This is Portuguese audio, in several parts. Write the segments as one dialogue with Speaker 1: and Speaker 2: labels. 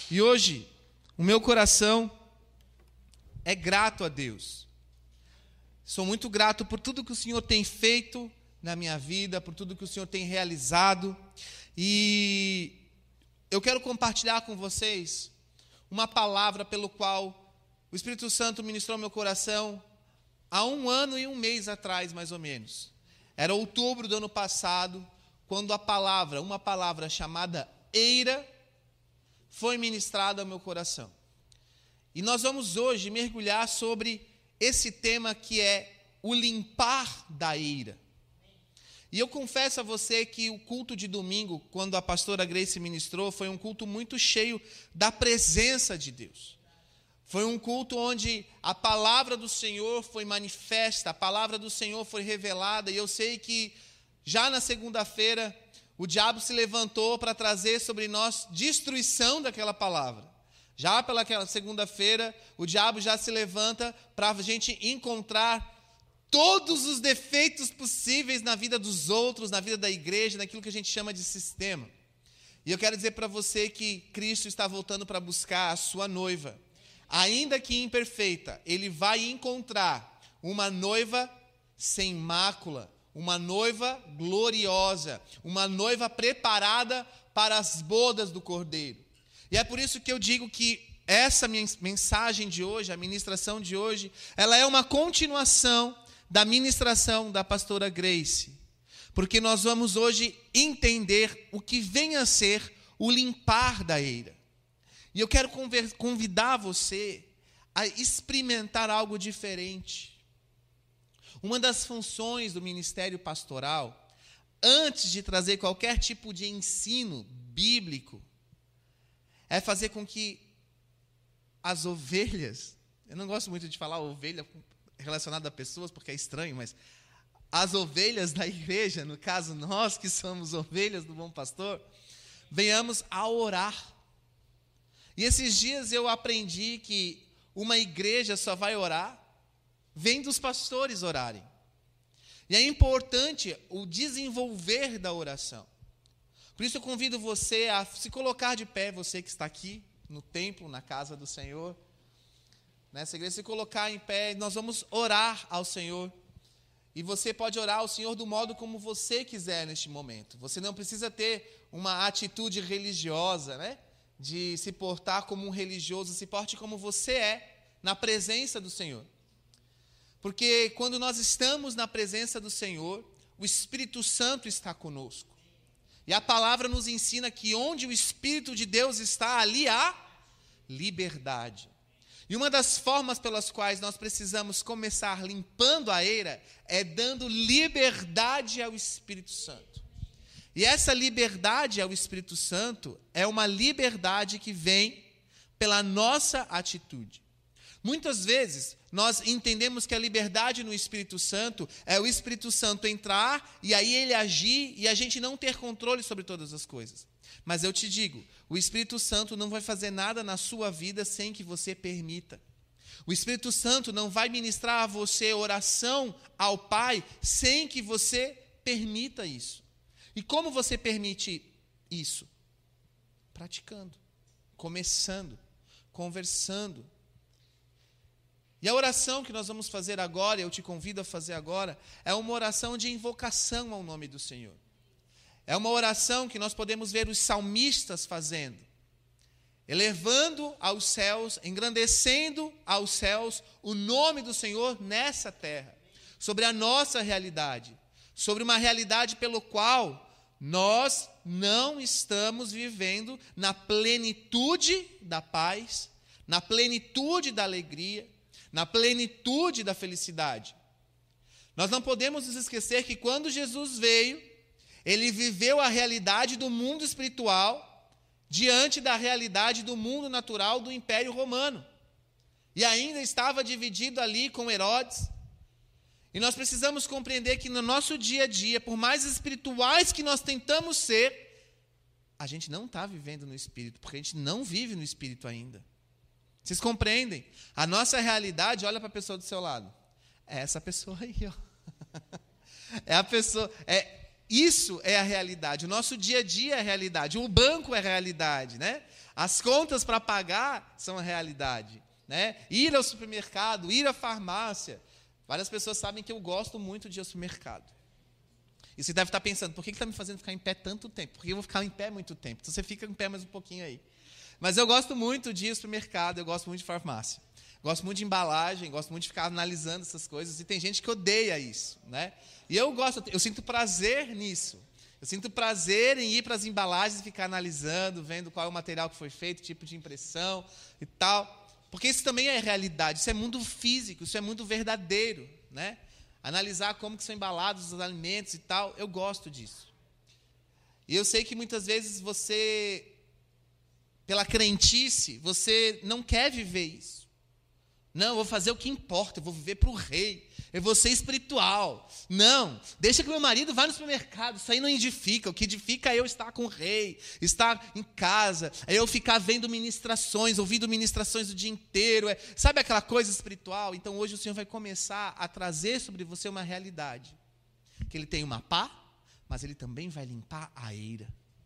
Speaker 1: E hoje, o meu coração é grato a Deus. Sou muito grato por tudo que o Senhor tem feito na minha vida, por tudo que o Senhor tem realizado. E eu quero compartilhar com vocês uma palavra pelo qual o Espírito Santo ministrou ao meu coração há 1 ano e 1 mês atrás, mais ou menos. Era outubro do ano passado, quando uma palavra chamada eira, foi ministrada ao meu coração. E nós vamos hoje mergulhar sobre esse tema que é o limpar da eira. E eu confesso a você que o culto de domingo, quando a pastora Grace ministrou, foi um culto muito cheio da presença de Deus. Foi um culto onde a palavra do Senhor foi manifesta, a palavra do Senhor foi revelada, e eu sei que já na segunda-feira o diabo se levantou para trazer sobre nós destruição daquela palavra. Já pelaquela segunda-feira, o diabo já se levanta para a gente encontrar todos os defeitos possíveis na vida dos outros, na vida da igreja, naquilo que a gente chama de sistema. E eu quero dizer para você que Cristo está voltando para buscar a sua noiva. Ainda que imperfeita, Ele vai encontrar uma noiva sem mácula, uma noiva gloriosa, uma noiva preparada para as bodas do Cordeiro. E é por isso que eu digo que essa minha mensagem de hoje, a ministração de hoje, ela é uma continuação da ministração da pastora Grace, porque nós vamos hoje entender o que vem a ser o limpar da eira. E eu quero convidar você a experimentar algo diferente. Uma das funções do ministério pastoral, antes de trazer qualquer tipo de ensino bíblico, é fazer com que as ovelhas, eu não gosto muito de falar ovelha relacionada a pessoas, porque é estranho, mas as ovelhas da igreja, no caso nós que somos ovelhas do bom pastor, venhamos a orar. E esses dias eu aprendi que uma igreja só vai orar vendo os pastores orarem. E é importante o desenvolver da oração. Por isso eu convido você a se colocar de pé, você que está aqui no templo, na casa do Senhor, nessa igreja, se colocar em pé, nós vamos orar ao Senhor. E você pode orar ao Senhor do modo como você quiser neste momento. Você não precisa ter uma atitude religiosa, né? De se portar como um religioso, se porte como você é na presença do Senhor. Porque quando nós estamos na presença do Senhor, o Espírito Santo está conosco. E a palavra nos ensina que onde o Espírito de Deus está, ali há liberdade. E uma das formas pelas quais nós precisamos começar limpando a eira é dando liberdade ao Espírito Santo. E essa liberdade ao Espírito Santo é uma liberdade que vem pela nossa atitude. Muitas vezes nós entendemos que a liberdade no Espírito Santo é o Espírito Santo entrar e aí ele agir e a gente não ter controle sobre todas as coisas. Mas eu te digo, o Espírito Santo não vai fazer nada na sua vida sem que você permita. O Espírito Santo não vai ministrar a você oração ao Pai sem que você permita isso. E como você permite isso? Praticando, começando, conversando. E a oração que nós vamos fazer agora, eu te convido a fazer agora, é uma oração de invocação ao nome do Senhor. É uma oração que nós podemos ver os salmistas fazendo, elevando aos céus, engrandecendo aos céus o nome do Senhor nessa terra, sobre a nossa realidade, sobre uma realidade pelo qual nós não estamos vivendo na plenitude da paz, na plenitude da alegria, na plenitude da felicidade. Nós não podemos nos esquecer que quando Jesus veio, ele viveu a realidade do mundo espiritual diante da realidade do mundo natural do Império Romano. E ainda estava dividido ali com Herodes. E nós precisamos compreender que no nosso dia a dia, por mais espirituais que nós tentamos ser, a gente não está vivendo no Espírito, porque a gente não vive no Espírito ainda. Vocês compreendem? A nossa realidade, olha para a pessoa do seu lado. É essa pessoa aí, ó. É a pessoa. Isso é a realidade. O nosso dia a dia é a realidade. O banco é a realidade, né? As contas para pagar são a realidade, né? Ir ao supermercado, ir à farmácia. Várias pessoas sabem que eu gosto muito de ir ao supermercado. E você deve estar pensando, por que está me fazendo ficar em pé tanto tempo? Porque eu vou ficar em pé muito tempo. Então você fica em pé mais um pouquinho aí. Mas eu gosto muito de ir ao supermercado, eu gosto muito de farmácia. Gosto muito de embalagem, gosto muito de ficar analisando essas coisas. E tem gente que odeia isso, né? E eu gosto, eu sinto prazer nisso. Eu sinto prazer em ir para as embalagens e ficar analisando, vendo qual é o material que foi feito, tipo de impressão e tal. Porque isso também é realidade, isso é mundo físico, isso é mundo verdadeiro, né? Analisar como que são embalados os alimentos e tal, eu gosto disso. E eu sei que muitas vezes você, pela crentice, você não quer viver isso. Não, eu vou fazer o que importa, eu vou viver para o rei, eu vou ser espiritual. Não, deixa que meu marido vá no supermercado, isso aí não edifica. O que edifica é eu estar com o rei, estar em casa, é eu ficar vendo ministrações, ouvindo ministrações o dia inteiro. Sabe aquela coisa espiritual? Então hoje o Senhor vai começar a trazer sobre você uma realidade. Que Ele tem uma pá, mas Ele também vai limpar a eira.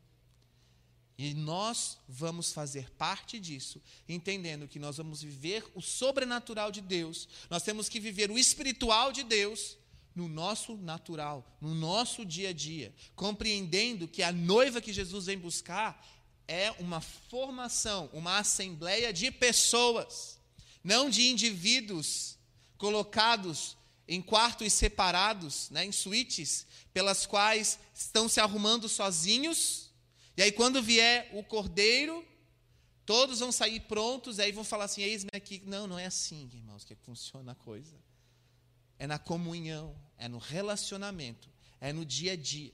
Speaker 1: E nós vamos fazer parte disso, entendendo que nós vamos viver o sobrenatural de Deus. Nós temos que viver o espiritual de Deus no nosso natural, no nosso dia a dia, compreendendo que a noiva que Jesus vem buscar é uma formação, uma assembleia de pessoas, não de indivíduos colocados em quartos separados, né, em suítes, pelas quais estão se arrumando sozinhos. E aí quando vier o cordeiro, todos vão sair prontos, e aí vão falar assim, eis-me aqui. Não, não é assim, irmãos, que funciona a coisa. É na comunhão, é no relacionamento, é no dia a dia.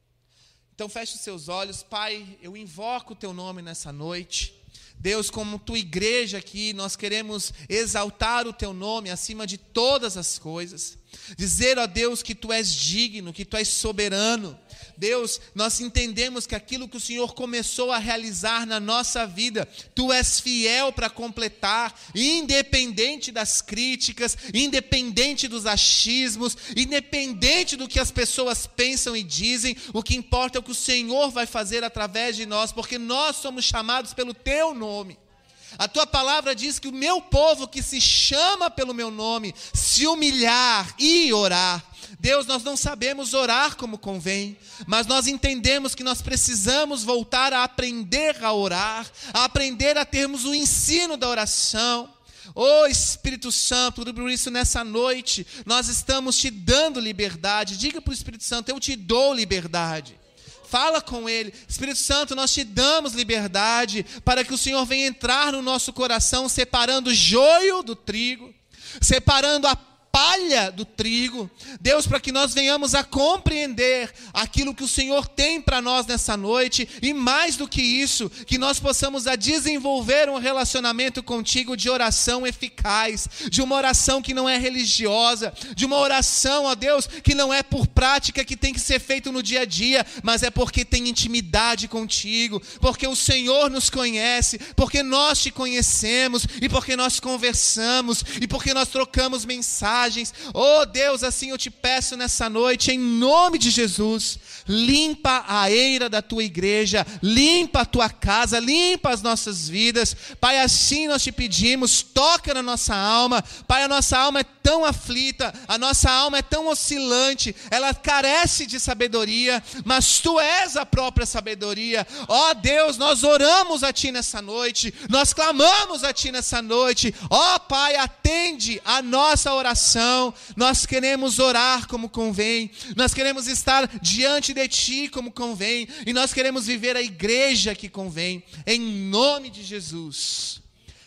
Speaker 1: Então feche os seus olhos. Pai, eu invoco o teu nome nessa noite. Deus, como tua igreja aqui, nós queremos exaltar o teu nome acima de todas as coisas. Dizer, ó Deus, que tu és digno, que tu és soberano. Deus, nós entendemos que aquilo que o Senhor começou a realizar na nossa vida, tu és fiel para completar, independente das críticas, independente dos achismos, independente do que as pessoas pensam e dizem. O que importa é o que o Senhor vai fazer através de nós, porque nós somos chamados pelo teu nome. A tua palavra diz que o meu povo que se chama pelo meu nome, se humilhar e orar. Deus, nós não sabemos orar como convém, mas nós entendemos que nós precisamos voltar a aprender a orar, a aprender a termos o ensino da oração. Oh Espírito Santo, por isso nessa noite nós estamos te dando liberdade. Diga para o Espírito Santo, eu te dou liberdade. Fala com Ele. Espírito Santo, nós te damos liberdade para que o Senhor venha entrar no nosso coração, separando o joio do trigo, separando a palha do trigo. Deus, para que nós venhamos a compreender aquilo que o Senhor tem para nós nessa noite, e mais do que isso, que nós possamos a desenvolver um relacionamento contigo de oração eficaz, de uma oração que não é religiosa, de uma oração, ó Deus, que não é por prática, que tem que ser feito no dia a dia, mas é porque tem intimidade contigo, porque o Senhor nos conhece, porque nós te conhecemos, e porque nós conversamos, e porque nós trocamos mensagens. Oh Deus, assim eu te peço nessa noite, em nome de Jesus, limpa a eira da tua igreja, limpa a tua casa, limpa as nossas vidas. Pai, assim nós te pedimos, toca na nossa alma. Pai, a nossa alma é tão aflita, a nossa alma é tão oscilante, ela carece de sabedoria, mas tu és a própria sabedoria. Ó Deus, nós oramos a ti nessa noite, nós clamamos a ti nessa noite. Ó Pai, atende a nossa oração. Nós queremos orar como convém, nós queremos estar diante de ti como convém, e nós queremos viver a igreja que convém, em nome de Jesus,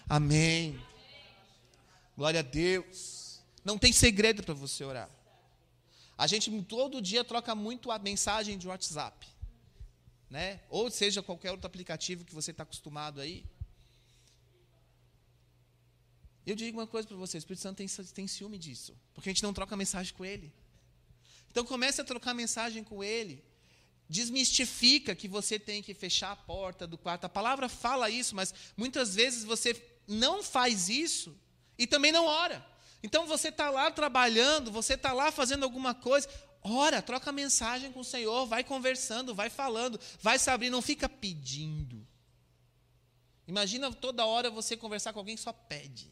Speaker 1: amém. Glória a Deus. Não tem segredo para você orar. A gente todo dia troca muito a mensagem de WhatsApp, né? Ou seja, qualquer outro aplicativo que você está acostumado aí. Eu digo uma coisa para você, o Espírito Santo tem ciúme disso, porque a gente não troca mensagem com Ele. Então comece a trocar mensagem com Ele. Desmistifica que você tem que fechar a porta do quarto. A palavra fala isso, mas muitas vezes você não faz isso e também não ora. Então você está lá trabalhando, você está lá fazendo alguma coisa, ora, troca mensagem com o Senhor, vai conversando, vai falando, vai se abrir, não fica pedindo. Imagina toda hora você conversar com alguém que só pede.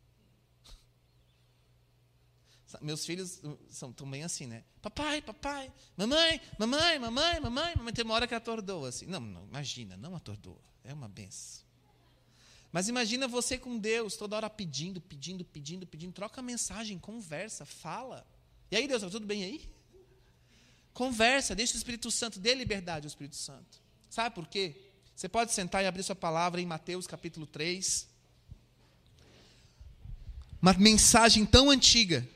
Speaker 1: Meus filhos são também assim, né? Papai, papai, mamãe, mamãe, mamãe, mamãe. Mamãe, tem uma hora que atordoa assim. Não, imagina, não atordoa. É uma benção. Mas imagina você com Deus, toda hora pedindo, pedindo, pedindo, pedindo. Troca mensagem, conversa, fala. E aí, Deus, está tudo bem aí? Conversa, deixa o Espírito Santo, dê liberdade ao Espírito Santo. Sabe por quê? Você pode sentar e abrir sua palavra em Mateus capítulo 3. Uma mensagem tão antiga,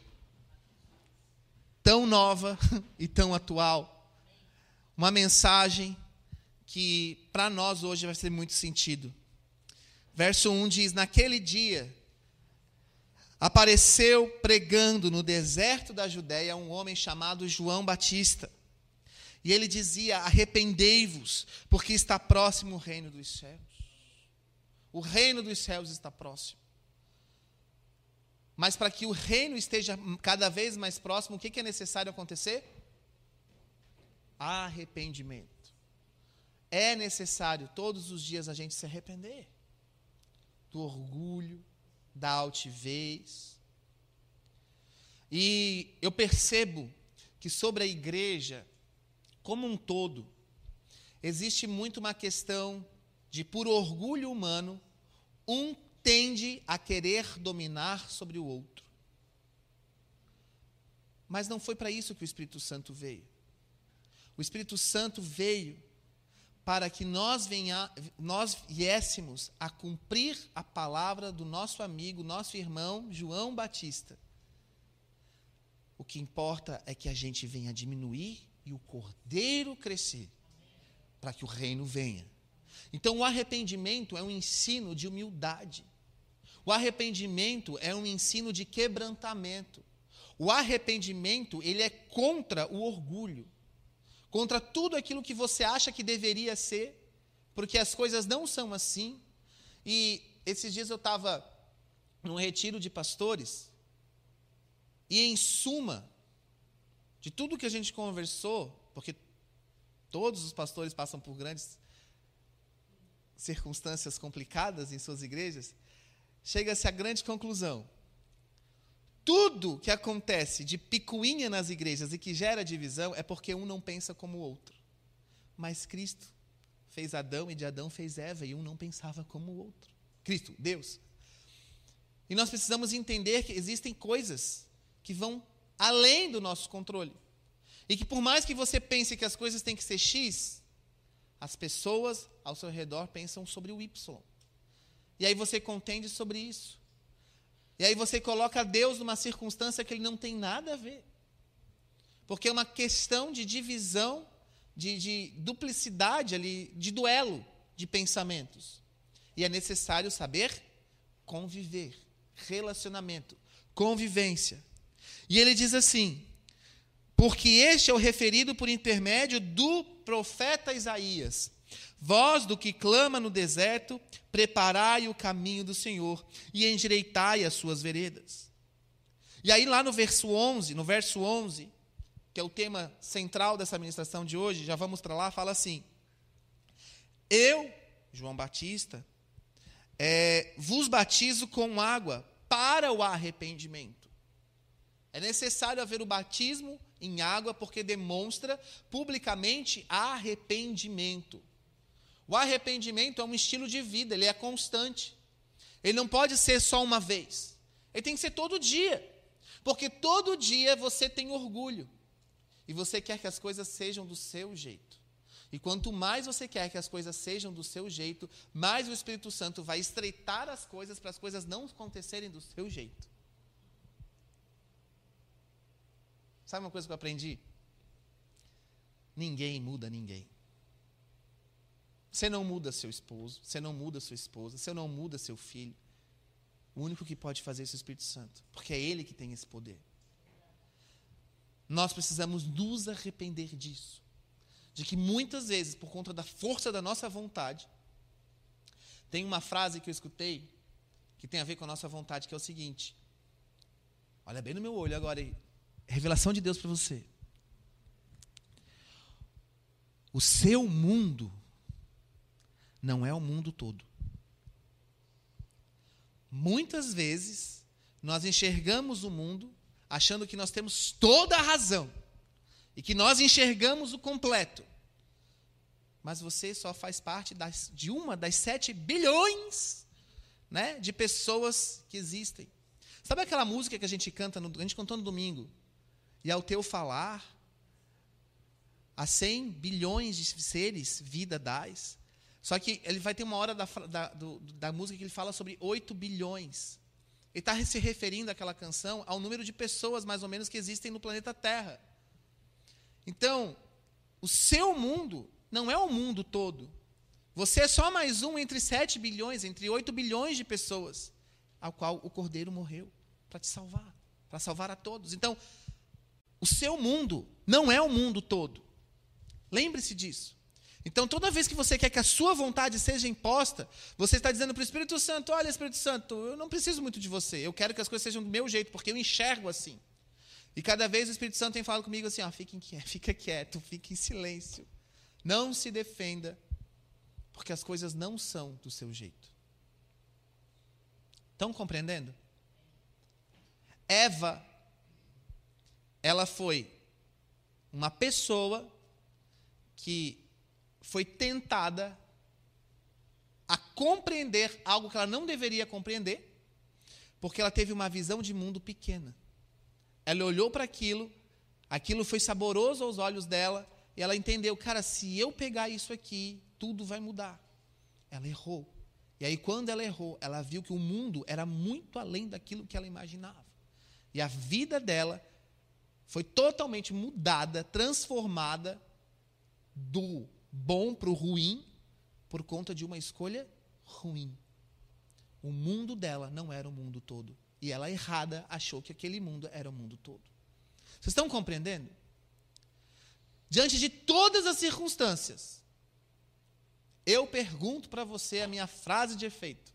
Speaker 1: tão nova e tão atual. Uma mensagem que para nós hoje vai fazer muito sentido. Verso 1 diz, naquele dia, apareceu pregando no deserto da Judéia um homem chamado João Batista. E ele dizia, arrependei-vos, porque está próximo o reino dos céus. O reino dos céus está próximo. Mas para que o reino esteja cada vez mais próximo, o que é necessário acontecer? Arrependimento. É necessário todos os dias a gente se arrepender do orgulho, da altivez. E eu percebo que sobre a igreja, como um todo, existe muito uma questão de, por orgulho humano, um tende a querer dominar sobre o outro. Mas não foi para isso que o Espírito Santo veio. O Espírito Santo veio para que nós viéssemos a cumprir a palavra do nosso amigo, nosso irmão João Batista. O que importa é que a gente venha diminuir e o cordeiro crescer, para que o reino venha. Então, o arrependimento é um ensino de humildade. O arrependimento é um ensino de quebrantamento. O arrependimento, ele é contra o orgulho. Contra tudo aquilo que você acha que deveria ser, porque as coisas não são assim. E esses dias eu estava num retiro de pastores, e em suma, de tudo que a gente conversou, porque todos os pastores passam por grandes circunstâncias complicadas em suas igrejas, chega-se à grande conclusão. Tudo que acontece de picuinha nas igrejas e que gera divisão é porque um não pensa como o outro. Mas Cristo fez Adão e de Adão fez Eva e um não pensava como o outro. Cristo, Deus. E nós precisamos entender que existem coisas que vão além do nosso controle. E que por mais que você pense que as coisas têm que ser X, as pessoas ao seu redor pensam sobre o Y. E aí você contende sobre isso. E aí você coloca Deus numa circunstância que ele não tem nada a ver. Porque é uma questão de divisão, de duplicidade ali, de duelo de pensamentos. E é necessário saber conviver, relacionamento, convivência. E ele diz assim, porque este é o referido por intermédio do profeta Isaías. Vós do que clama no deserto, preparai o caminho do Senhor e endireitai as suas veredas. E aí lá no verso 11, que é o tema central dessa ministração de hoje, já vamos para lá, fala assim, eu, João Batista, vos batizo com água para o arrependimento. É necessário haver o batismo em água porque demonstra publicamente arrependimento. O arrependimento é um estilo de vida, ele é constante. Ele não pode ser só uma vez. Ele tem que ser todo dia. Porque todo dia você tem orgulho. E você quer que as coisas sejam do seu jeito. E quanto mais você quer que as coisas sejam do seu jeito, mais o Espírito Santo vai estreitar as coisas para as coisas não acontecerem do seu jeito. Sabe uma coisa que eu aprendi? Ninguém muda ninguém. Você não muda seu esposo, você não muda sua esposa, você não muda seu filho. O único que pode fazer isso é o Espírito Santo, porque é Ele que tem esse poder. Nós precisamos nos arrepender disso. De que muitas vezes, por conta da força da nossa vontade, tem uma frase que eu escutei, que tem a ver com a nossa vontade, que é o seguinte. Olha bem no meu olho agora aí. Revelação de Deus para você. o seu mundo não é o mundo todo. Muitas vezes, nós enxergamos o mundo achando que nós temos toda a razão e que nós enxergamos o completo. Mas você só faz parte de uma das 7 bilhões, né, de pessoas que existem. Sabe aquela música que a gente canta, a gente cantou no domingo? E ao teu falar, a 100 bilhões de seres, vida dás. Só que ele vai ter uma hora da música que ele fala sobre 8 bilhões. Ele está se referindo àquela canção ao número de pessoas, mais ou menos, que existem no planeta Terra. Então, o seu mundo não é o mundo todo. Você é só mais um entre 7 bilhões, entre 8 bilhões de pessoas, ao qual o Cordeiro morreu para te salvar, para salvar a todos. Então, o seu mundo não é o mundo todo. Lembre-se disso. Então, toda vez que você quer que a sua vontade seja imposta, você está dizendo para o Espírito Santo: olha, Espírito Santo, eu não preciso muito de você, eu quero que as coisas sejam do meu jeito, porque eu enxergo assim. E cada vez o Espírito Santo tem falado comigo assim: fica quieto, fique em silêncio, não se defenda, porque as coisas não são do seu jeito. Estão compreendendo? Eva, ela foi uma pessoa que foi tentada a compreender algo que ela não deveria compreender, porque ela teve uma visão de mundo pequena. Ela olhou para aquilo foi saboroso aos olhos dela, e ela entendeu: cara, se eu pegar isso aqui, tudo vai mudar. Ela errou. E aí, quando ela errou, ela viu que o mundo era muito além daquilo que ela imaginava. E a vida dela foi totalmente mudada, transformada do bom para o ruim, por conta de uma escolha ruim. O mundo dela não era o mundo todo. E ela, errada, achou que aquele mundo era o mundo todo. Vocês estão compreendendo? Diante de todas as circunstâncias, eu pergunto para você a minha frase de efeito: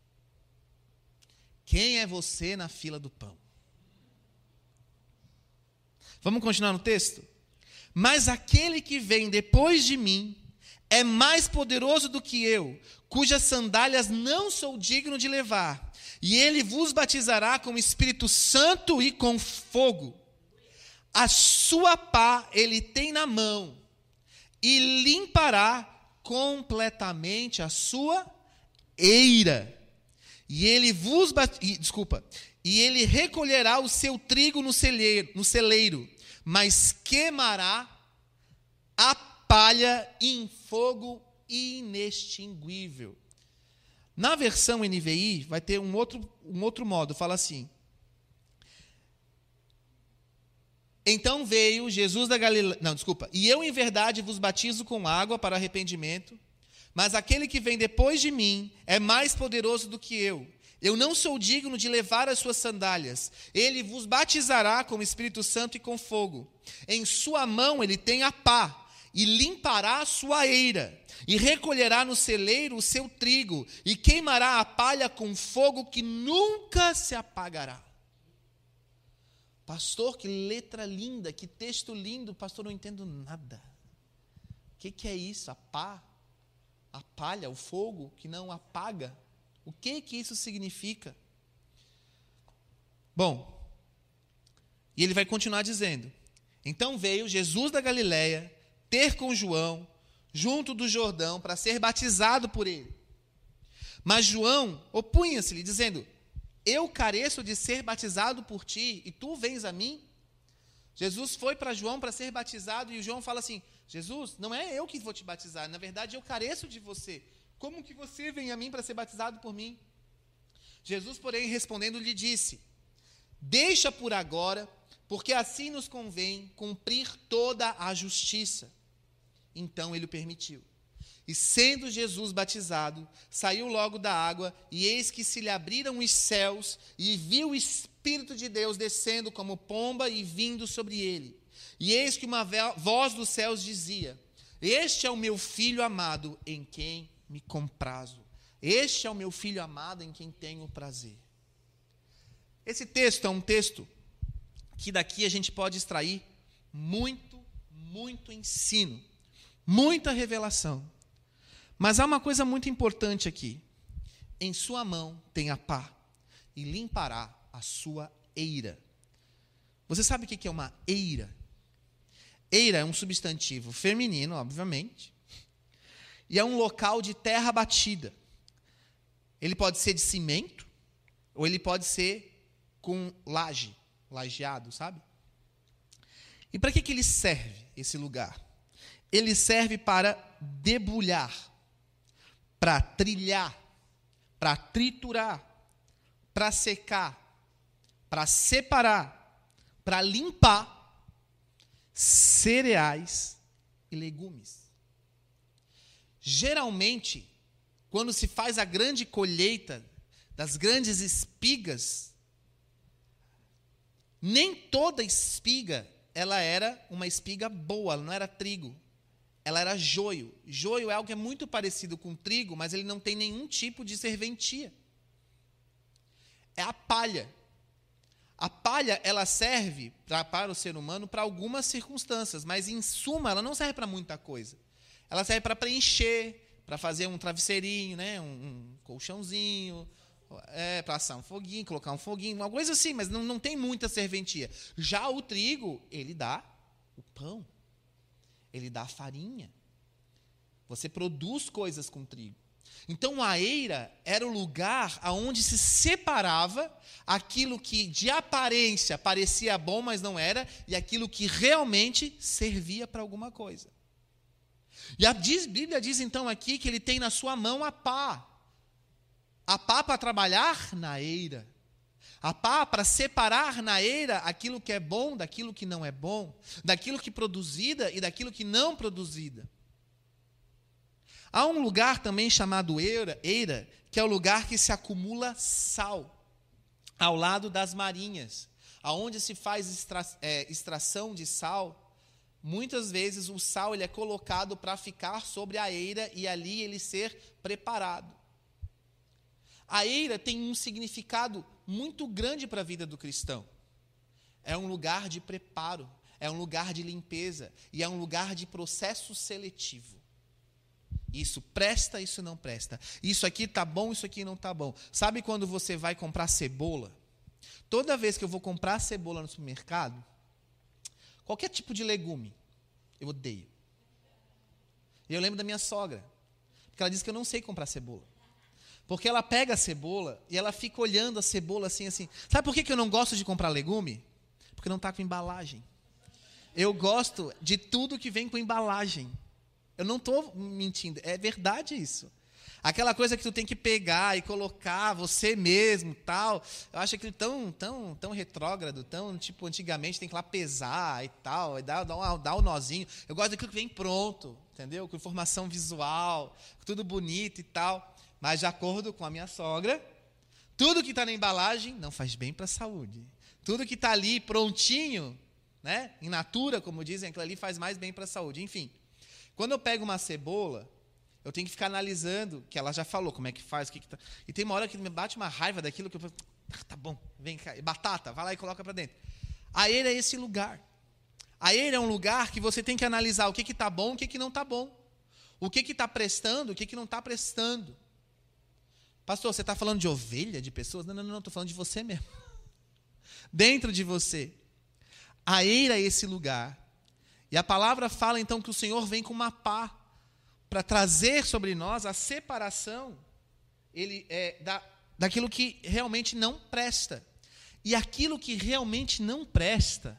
Speaker 1: quem é você na fila do pão? Vamos continuar no texto? Mas aquele que vem depois de mim é mais poderoso do que eu, cujas sandálias não sou digno de levar. E ele vos batizará com o Espírito Santo e com fogo. A sua pá ele tem na mão, e limpará completamente a sua eira. E ele recolherá o seu trigo no celeiro, mas queimará a palha em fogo inextinguível. Na versão NVI, vai ter um outro modo, fala assim: então veio Jesus da Galileia, e eu em verdade vos batizo com água para arrependimento, mas aquele que vem depois de mim é mais poderoso do que eu não sou digno de levar as suas sandálias. Ele vos batizará com o Espírito Santo e com fogo. Em sua mão ele tem a pá, e limpará a sua eira, e recolherá no celeiro o seu trigo, e queimará a palha com fogo que nunca se apagará. Pastor, que letra linda, que texto lindo. Pastor, não entendo nada. O que é isso? A pá? A palha, o fogo que não apaga? O que isso significa? Bom, e ele vai continuar dizendo: então veio Jesus da Galileia ter com João junto do Jordão para ser batizado por ele. Mas João opunha-se-lhe, dizendo: eu careço de ser batizado por ti, e tu vens a mim? Jesus foi para João para ser batizado, e o João fala assim: Jesus, não é eu que vou te batizar, na verdade eu careço de você. Como que você vem a mim para ser batizado por mim? Jesus, porém, respondendo, lhe disse: deixa por agora, porque assim nos convém cumprir toda a justiça. Então ele o permitiu. E sendo Jesus batizado, saiu logo da água, e eis que se lhe abriram os céus, e viu o Espírito de Deus descendo como pomba e vindo sobre ele. E eis que uma voz dos céus dizia: este é o meu filho amado, em quem me comprazo. Este é o meu filho amado, em quem tenho prazer. Esse texto é um texto que daqui a gente pode extrair muito ensino. Muita revelação. Mas há uma coisa muito importante aqui. Em sua mão tem a pá, e limpará a sua eira. Você sabe o que é uma eira? Eira é um substantivo feminino, obviamente, e é um local de terra batida. Ele pode ser de cimento, ou ele pode ser com laje, lajeado, sabe? E para que ele serve, esse lugar? Ele serve para debulhar, para trilhar, para triturar, para secar, para separar, para limpar cereais e legumes. Geralmente, quando se faz a grande colheita das grandes espigas, nem toda espiga ela era uma espiga boa, ela não era trigo. Ela era joio. Joio é algo que é muito parecido com trigo, mas ele não tem nenhum tipo de serventia. É a palha. A palha, ela serve para o ser humano para algumas circunstâncias, mas, em suma, ela não serve para muita coisa. Ela serve para preencher, para fazer um travesseirinho, né? um colchãozinho, para assar um foguinho, colocar um foguinho, uma coisa assim, mas não tem muita serventia. Já o trigo, ele dá o pão. Ele dá farinha. Você produz coisas com trigo. Então, a eira era o lugar onde se separava aquilo que de aparência parecia bom, mas não era, e aquilo que realmente servia para alguma coisa. E a Bíblia diz, então, aqui que ele tem na sua mão a pá. A pá para trabalhar na eira. A pá para separar na eira aquilo que é bom daquilo que não é bom, daquilo que é produzida e daquilo que não produzida. Há um lugar também chamado eira, que é o lugar que se acumula sal, ao lado das marinhas, aonde se faz extração de sal. Muitas vezes o sal ele é colocado para ficar sobre a eira e ali ele ser preparado. A eira tem um significado muito grande para a vida do cristão. É um lugar de preparo, é um lugar de limpeza e é um lugar de processo seletivo. Isso presta, isso não presta. Isso aqui está bom, isso aqui não está bom. Sabe quando você vai comprar cebola? Toda vez que eu vou comprar cebola no supermercado, qualquer tipo de legume, eu odeio. E eu lembro da minha sogra, porque ela disse que eu não sei comprar cebola. Porque ela pega a cebola e ela fica olhando a cebola assim. Sabe por que eu não gosto de comprar legume? Porque não está com embalagem. Eu gosto de tudo que vem com embalagem. Eu não estou mentindo, é verdade isso. Aquela coisa que tu tem que pegar e colocar você mesmo, tal. Eu acho aquilo tão retrógrado, tão tipo antigamente tem que ir lá pesar e tal, e dar um nozinho. Eu gosto daquilo que vem pronto, entendeu? Com informação visual, tudo bonito e tal. Mas, de acordo com a minha sogra, tudo que está na embalagem não faz bem para a saúde. Tudo que está ali prontinho, né, in natura, como dizem, aquilo ali faz mais bem para a saúde. Enfim, quando eu pego uma cebola, eu tenho que ficar analisando, que ela já falou como é que faz, o que tá. E tem uma hora que me bate uma raiva daquilo que eu falo, tá bom, vem cá, batata, vai lá e coloca para dentro. A eira é esse lugar. A eira é um lugar que você tem que analisar o que está bom, o que não está bom. O que está prestando, o que não está prestando. Pastor, você está falando de ovelha, de pessoas? Não, estou falando de você mesmo. Dentro de você. A eira é esse lugar. E a palavra fala então que o Senhor vem com uma pá para trazer sobre nós a separação daquilo que realmente não presta. E aquilo que realmente não presta,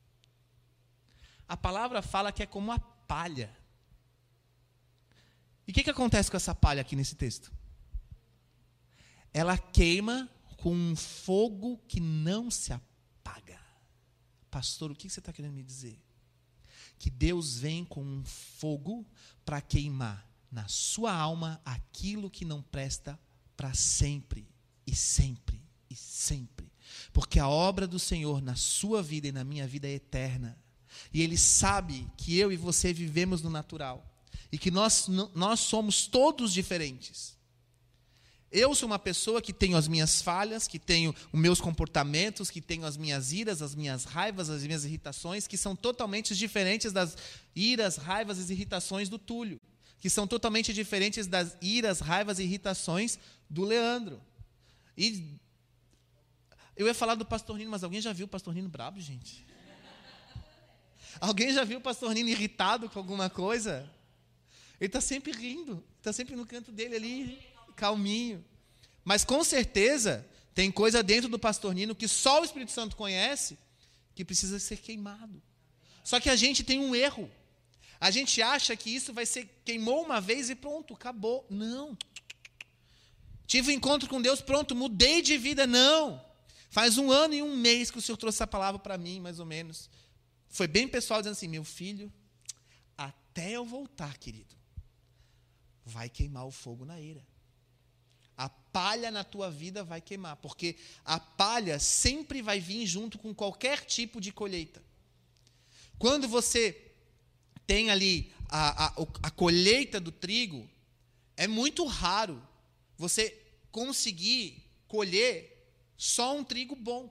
Speaker 1: a palavra fala que é como a palha. E o que acontece com essa palha aqui nesse texto? Ela queima com um fogo que não se apaga. Pastor, o que você está querendo me dizer? Que Deus vem com um fogo para queimar na sua alma aquilo que não presta para sempre, e sempre, e sempre. Porque a obra do Senhor na sua vida e na minha vida é eterna. E Ele sabe que eu e você vivemos no natural. E que nós somos todos diferentes. Eu sou uma pessoa que tenho as minhas falhas, que tenho os meus comportamentos, que tenho as minhas iras, as minhas raivas, as minhas irritações, que são totalmente diferentes das iras, raivas e irritações do Túlio, que são totalmente diferentes das iras, raivas e irritações do Leandro. E eu ia falar do Pastor Nino, mas alguém já viu o Pastor Nino brabo, gente? Alguém já viu o Pastor Nino irritado com alguma coisa? Ele está sempre rindo, está sempre no canto dele ali, calminho. Mas com certeza tem coisa dentro do Pastor Nino que só o Espírito Santo conhece, que precisa ser queimado. Só que a gente tem um erro. A gente acha que isso vai ser, queimou uma vez e pronto, acabou. Não. Tive um encontro com Deus, pronto, mudei de vida. Não. Faz 1 ano e 1 mês que o Senhor trouxe essa palavra para mim, mais ou menos. Foi bem pessoal, dizendo assim, meu filho, até eu voltar, querido, vai queimar o fogo na eira. A palha na tua vida vai queimar, porque a palha sempre vai vir junto com qualquer tipo de colheita. Quando você tem ali a colheita do trigo, é muito raro você conseguir colher só um trigo bom.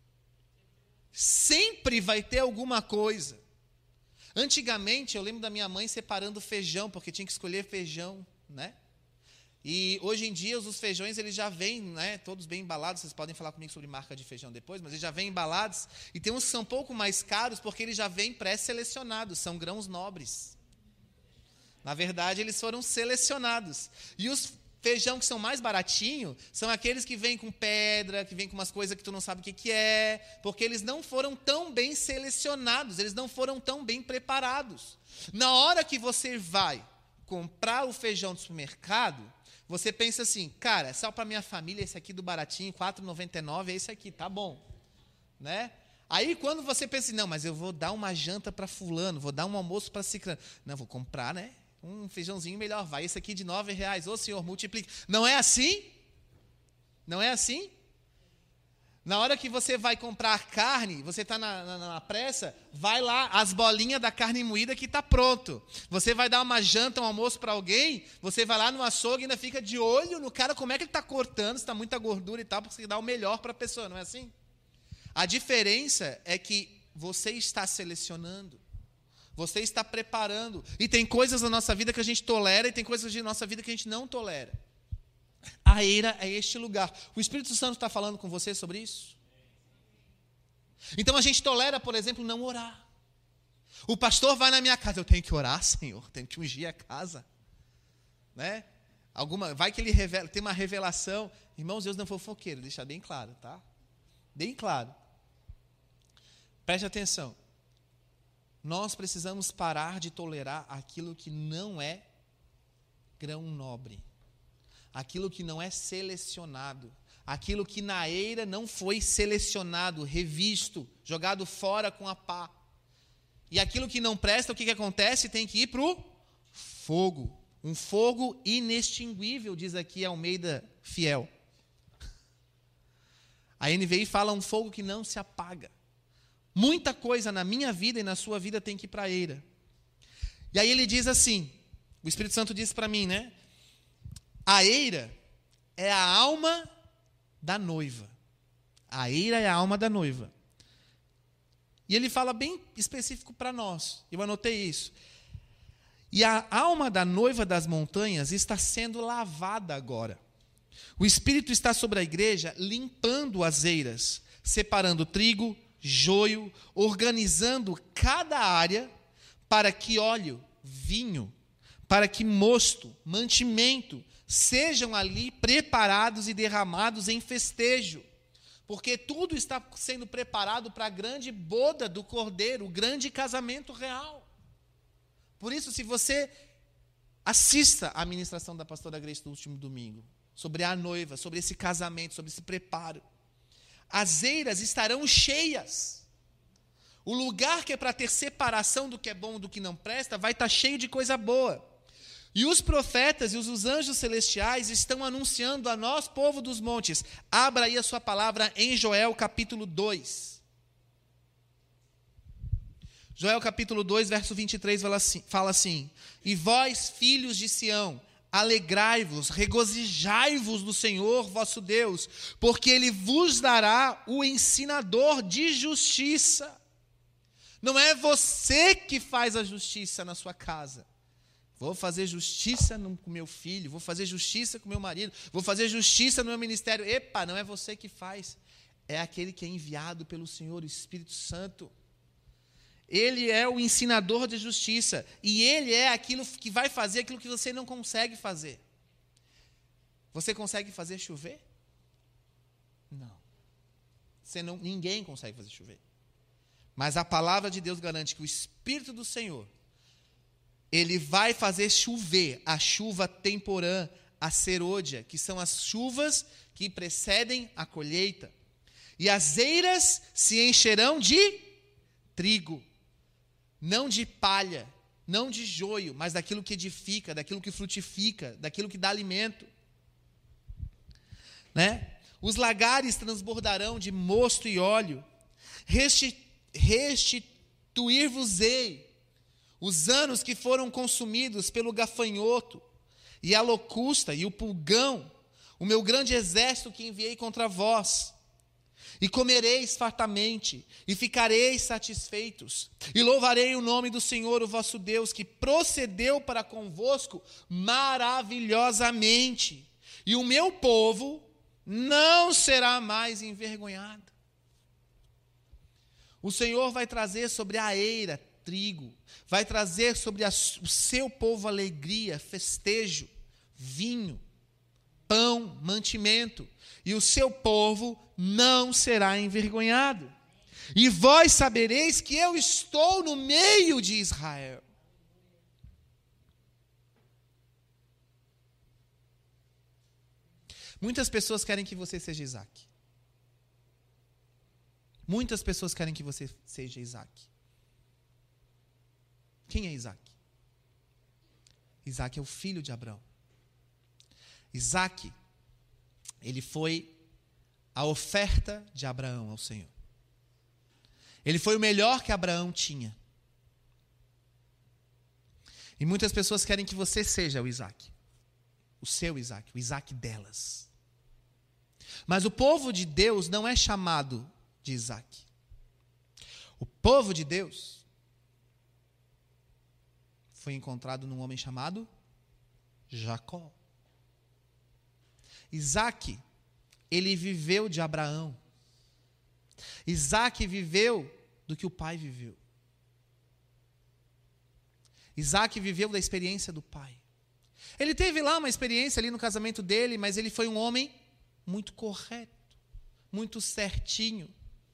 Speaker 1: Sempre vai ter alguma coisa. Antigamente, eu lembro da minha mãe separando feijão, porque tinha que escolher feijão, né? E hoje em dia, os feijões, eles já vêm, né, todos bem embalados. Vocês podem falar comigo sobre marca de feijão depois, mas eles já vêm embalados. E tem uns que são um pouco mais caros, porque eles já vêm pré-selecionados, são grãos nobres. Na verdade, eles foram selecionados. E os feijão que são mais baratinhos são aqueles que vêm com pedra, que vêm com umas coisas que tu não sabe o que é, porque eles não foram tão bem selecionados, eles não foram tão bem preparados. Na hora que você vai comprar o feijão do supermercado, você pensa assim, cara, só para minha família, esse aqui do baratinho, R$ 4,99, é esse aqui, tá bom. Né? Aí quando você pensa assim, não, mas eu vou dar uma janta para fulano, vou dar um almoço para ciclano. Não, vou comprar, né? Um feijãozinho melhor, vai esse aqui de R$9. Ô Senhor, multiplique. Não é assim? Não é assim? Na hora que você vai comprar carne, você está na pressa, vai lá, as bolinhas da carne moída que está pronto. Você vai dar uma janta, um almoço para alguém, você vai lá no açougue e ainda fica de olho no cara, como é que ele está cortando, se está muita gordura e tal, porque você dá o melhor para a pessoa, não é assim? A diferença é que você está selecionando, você está preparando. E tem coisas na nossa vida que a gente tolera e tem coisas na nossa vida que a gente não tolera. A eira é este lugar. O Espírito Santo está falando com você sobre isso? Então a gente tolera, por exemplo, não orar. O pastor vai na minha casa, eu tenho que orar, Senhor, tenho que ungir a casa. Né? Vai que ele tem uma revelação. Irmãos, Deus não é fofoqueiro, deixa bem claro, tá? Bem claro. Preste atenção. Nós precisamos parar de tolerar aquilo que não é grão nobre. Aquilo que não é selecionado, aquilo que na eira não foi selecionado, revisto, jogado fora com a pá. E aquilo que não presta, o que acontece? Tem que ir para o fogo. Um fogo inextinguível, diz aqui Almeida Fiel. A NVI fala um fogo que não se apaga. Muita coisa na minha vida e na sua vida tem que ir para a eira. E aí ele diz assim, o Espírito Santo disse para mim, né? A eira é a alma da noiva. A eira é a alma da noiva. E ele fala bem específico para nós. Eu anotei isso. E a alma da noiva das montanhas está sendo lavada agora. O Espírito está sobre a igreja limpando as eiras, separando trigo, joio, organizando cada área para que óleo, vinho, para que mosto, mantimento, sejam ali preparados e derramados em festejo, porque tudo está sendo preparado para a grande boda do Cordeiro, o grande casamento real. Por isso, se você assista à ministração da pastora Grace do último domingo, sobre a noiva, sobre esse casamento, sobre esse preparo, as eiras estarão cheias. O lugar que é para ter separação do que é bom e do que não presta, vai estar cheio de coisa boa. E os profetas e os anjos celestiais estão anunciando a nós, povo dos montes. Abra aí a sua palavra em Joel capítulo 2. Joel capítulo 2, verso 23 fala assim: E vós, filhos de Sião, alegrai-vos, regozijai-vos no Senhor vosso Deus, porque Ele vos dará o ensinador de justiça. Não é você que faz a justiça na sua casa. Vou fazer justiça com meu filho, vou fazer justiça com meu marido, vou fazer justiça no meu ministério. Epa, não é você que faz. É aquele que é enviado pelo Senhor, o Espírito Santo. Ele é o ensinador de justiça. E Ele é aquilo que vai fazer aquilo que você não consegue fazer. Você consegue fazer chover? Não. Ninguém consegue fazer chover. Mas a palavra de Deus garante que o Espírito do Senhor, Ele vai fazer chover a chuva temporã, a serôdia, que são as chuvas que precedem a colheita. E as eiras se encherão de trigo, não de palha, não de joio, mas daquilo que edifica, daquilo que frutifica, daquilo que dá alimento. Né? Os lagares transbordarão de mosto e óleo, restituir-vos-ei os anos que foram consumidos pelo gafanhoto, e a locusta, e o pulgão, o meu grande exército que enviei contra vós. E comereis fartamente, e ficareis satisfeitos, e louvarei o nome do Senhor, o vosso Deus, que procedeu para convosco maravilhosamente. E o meu povo não será mais envergonhado. O Senhor vai trazer sobre a eira trigo, vai trazer sobre o seu povo alegria, festejo, vinho, pão, mantimento, e o seu povo não será envergonhado. E vós sabereis que eu estou no meio de Israel. Muitas pessoas querem que você seja Isaac. Muitas pessoas querem que você seja Isaac. Quem é Isaac? Isaac é o filho de Abraão. Isaac, ele foi a oferta de Abraão ao Senhor. Ele foi o melhor que Abraão tinha. E muitas pessoas querem que você seja o Isaac. O seu Isaac, o Isaac delas. Mas o povo de Deus não é chamado de Isaac. O povo de Deus foi encontrado num homem chamado Jacó. Isaac, ele viveu de Abraão. Isaac viveu do que o pai viveu. Isaac viveu da experiência do pai. Ele teve lá uma experiência ali no casamento dele, mas ele foi um homem muito correto, muito certinho.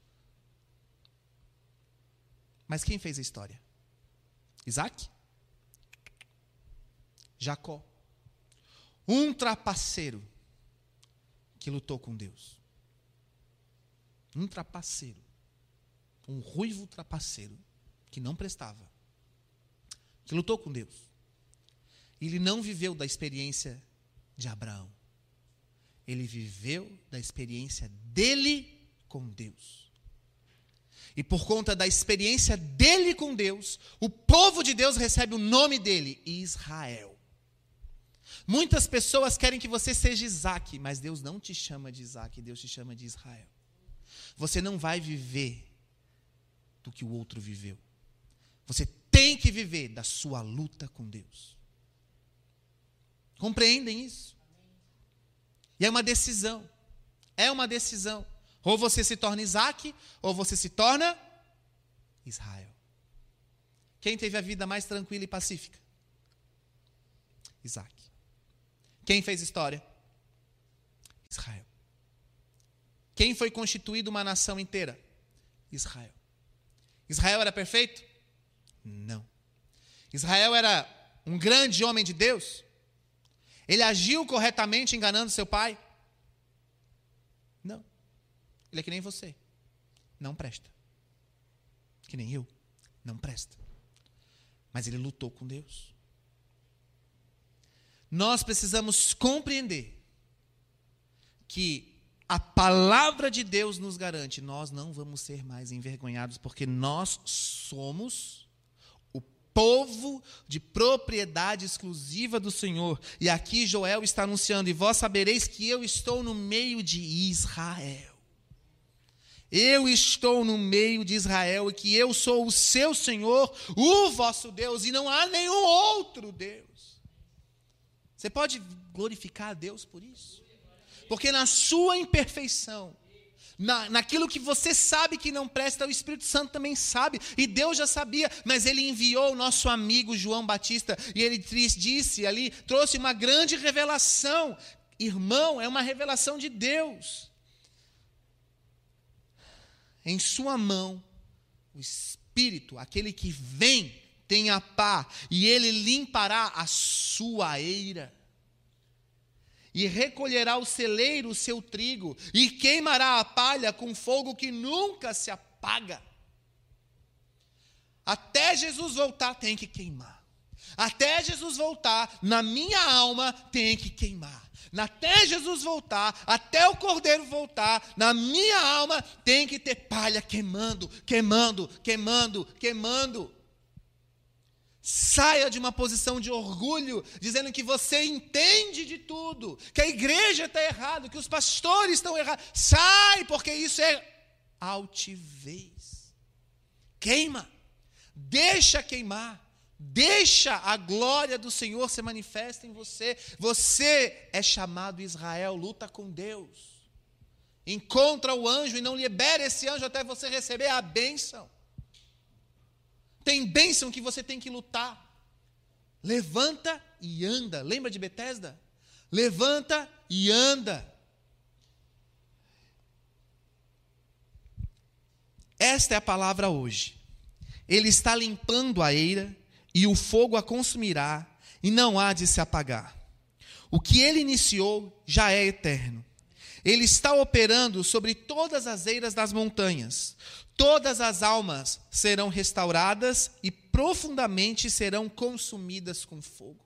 Speaker 1: Mas quem fez a história? Isaac? Jacó. Um trapaceiro que lutou com Deus. Um trapaceiro. Um ruivo trapaceiro que não prestava. Que lutou com Deus. Ele não viveu da experiência de Abraão. Ele viveu da experiência dele com Deus. E por conta da experiência dele com Deus, o povo de Deus recebe o nome dele, Israel. Muitas pessoas querem que você seja Isaac, mas Deus não te chama de Isaac, Deus te chama de Israel. Você não vai viver do que o outro viveu. Você tem que viver da sua luta com Deus. Compreendem isso? E é uma decisão. É uma decisão. Ou você se torna Isaac, ou você se torna Israel. Quem teve a vida mais tranquila e pacífica? Isaac. Quem fez história? Israel. Quem foi constituído uma nação inteira? Israel. Israel era perfeito? Não. Israel era um grande homem de Deus? Ele agiu corretamente enganando seu pai? Não. Ele é que nem você. Não presta. Que nem eu. Não presta. Mas ele lutou com Deus. Nós precisamos compreender que a palavra de Deus nos garante, nós não vamos ser mais envergonhados, porque nós somos o povo de propriedade exclusiva do Senhor. E aqui Joel está anunciando: e vós sabereis que eu estou no meio de Israel. Eu estou no meio de Israel e que eu sou o seu Senhor, o vosso Deus, e não há nenhum outro Deus. Você pode glorificar a Deus por isso? Porque na sua imperfeição, naquilo que você sabe que não presta, o Espírito Santo também sabe, e Deus já sabia, mas Ele enviou o nosso amigo João Batista, e ele disse ali, trouxe uma grande revelação. Irmão, é uma revelação de Deus. Em sua mão, o Espírito, aquele que vem, tem a pá, e ele limpará a sua eira, e recolherá o celeiro o seu trigo, e queimará a palha com fogo que nunca se apaga. Até Jesus voltar, tem que queimar. Até Jesus voltar, na minha alma, tem que queimar. Até Jesus voltar, até o Cordeiro voltar, na minha alma, tem que ter palha queimando, queimando, queimando, queimando. Saia de uma posição de orgulho, dizendo que você entende de tudo, que a igreja está errada, que os pastores estão errados. Sai, porque isso é altivez. Queima, deixa queimar, deixa a glória do Senhor se manifesta em você. Você é chamado Israel, luta com Deus. Encontra o anjo e não libere esse anjo até você receber a bênção. Tem bênção que você tem que lutar. Levanta e anda. Lembra de Betesda? Levanta e anda. Esta é a palavra hoje. Ele está limpando a eira e o fogo a consumirá e não há de se apagar. O que ele iniciou já é eterno. Ele está operando sobre todas as eiras das montanhas. Todas as almas serão restauradas e profundamente serão consumidas com fogo.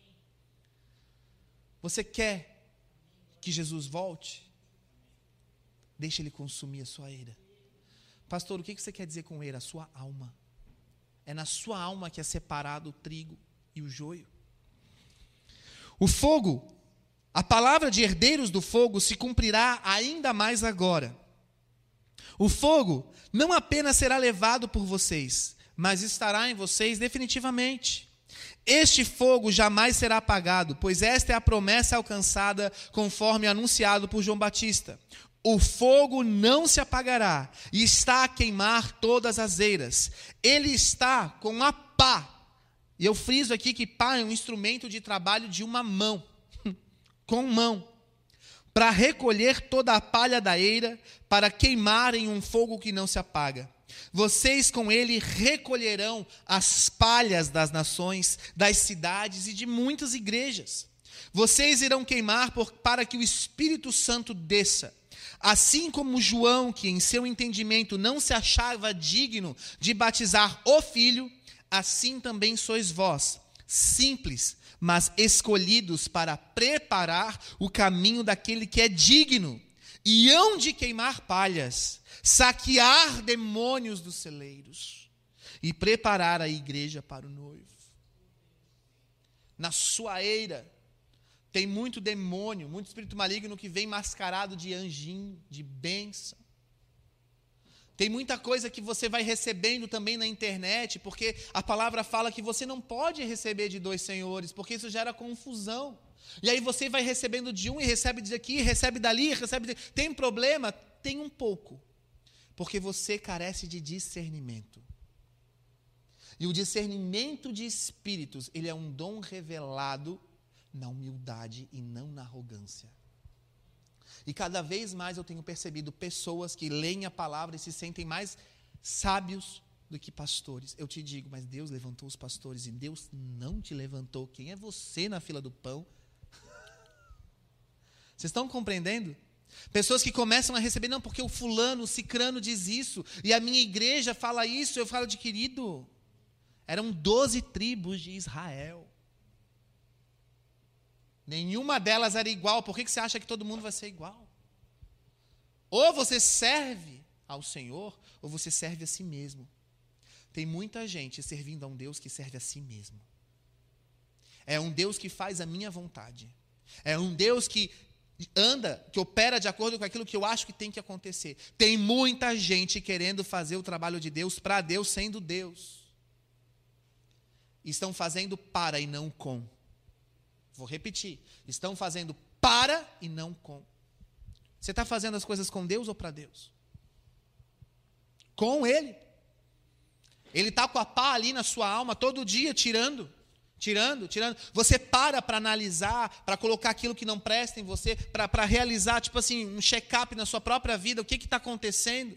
Speaker 1: Você quer que Jesus volte? Deixe Ele consumir a sua eira. Pastor, o que você quer dizer com eira? A sua alma. É na sua alma que é separado o trigo e o joio. O fogo, a palavra de herdeiros do fogo se cumprirá ainda mais agora. O fogo não apenas será levado por vocês, mas estará em vocês definitivamente. Este fogo jamais será apagado, pois esta é a promessa alcançada conforme anunciado por João Batista. O fogo não se apagará e está a queimar todas as eiras. Ele está com a pá. E eu friso aqui que pá é um instrumento de trabalho de uma mão, com mão, para recolher toda a palha da eira, para queimar em um fogo que não se apaga. Vocês com ele recolherão as palhas das nações, das cidades e de muitas igrejas. Vocês irão queimar para que o Espírito Santo desça. Assim como João, que em seu entendimento não se achava digno de batizar o Filho, assim também sois vós, simples, mas escolhidos para preparar o caminho daquele que é digno, e hão de queimar palhas, saquear demônios dos celeiros, e preparar a igreja para o noivo. Na sua eira, tem muito demônio, muito espírito maligno que vem mascarado de anjinho, de bênção. Tem muita coisa que você vai recebendo também na internet, porque a palavra fala que você não pode receber de dois senhores, porque isso gera confusão. E aí você vai recebendo de um e recebe de aqui, recebe dali, recebe de... Tem problema? Tem um pouco. Porque você carece de discernimento. E o discernimento de espíritos, ele é um dom revelado na humildade e não na arrogância. E cada vez mais eu tenho percebido pessoas que leem a palavra e se sentem mais sábios do que pastores. Eu te digo, mas Deus levantou os pastores e Deus não te levantou. Quem é você na fila do pão? Vocês estão compreendendo? Pessoas que começam a receber, não, porque o fulano, o cicrano diz isso, e a minha igreja fala isso, eu falo de querido, eram 12 tribos de Israel. Nenhuma delas era igual. Por que você acha que todo mundo vai ser igual? Ou você serve ao Senhor, ou você serve a si mesmo. Tem muita gente servindo a um Deus que serve a si mesmo. É um Deus que faz a minha vontade. É um Deus que que opera de acordo com aquilo que eu acho que tem que acontecer. Tem muita gente querendo fazer o trabalho de Deus para Deus, sendo Deus. Estão fazendo para e não com. Vou repetir. Estão fazendo para e não com. Você está fazendo as coisas com Deus ou para Deus? Com Ele. Ele está com a pá ali na sua alma todo dia, tirando. Você para analisar, para colocar aquilo que não presta em você, para realizar, tipo assim, um check-up na sua própria vida, o que está acontecendo?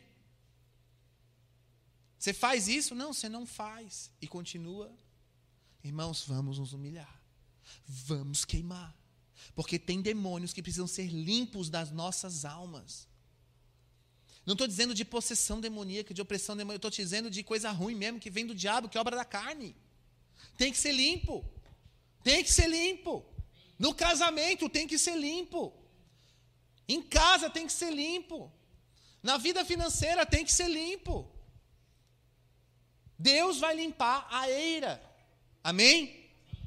Speaker 1: Você faz isso? Não, você não faz. E continua. Irmãos, vamos nos humilhar. Vamos queimar. Porque tem demônios que precisam ser limpos das nossas almas. Não estou dizendo de possessão demoníaca, de opressão demoníaca, estou dizendo de coisa ruim mesmo, que vem do diabo, que é obra da carne. Tem que ser limpo. Tem que ser limpo. No casamento tem que ser limpo. Em casa tem que ser limpo. Na vida financeira tem que ser limpo. Deus vai limpar a eira. Amém?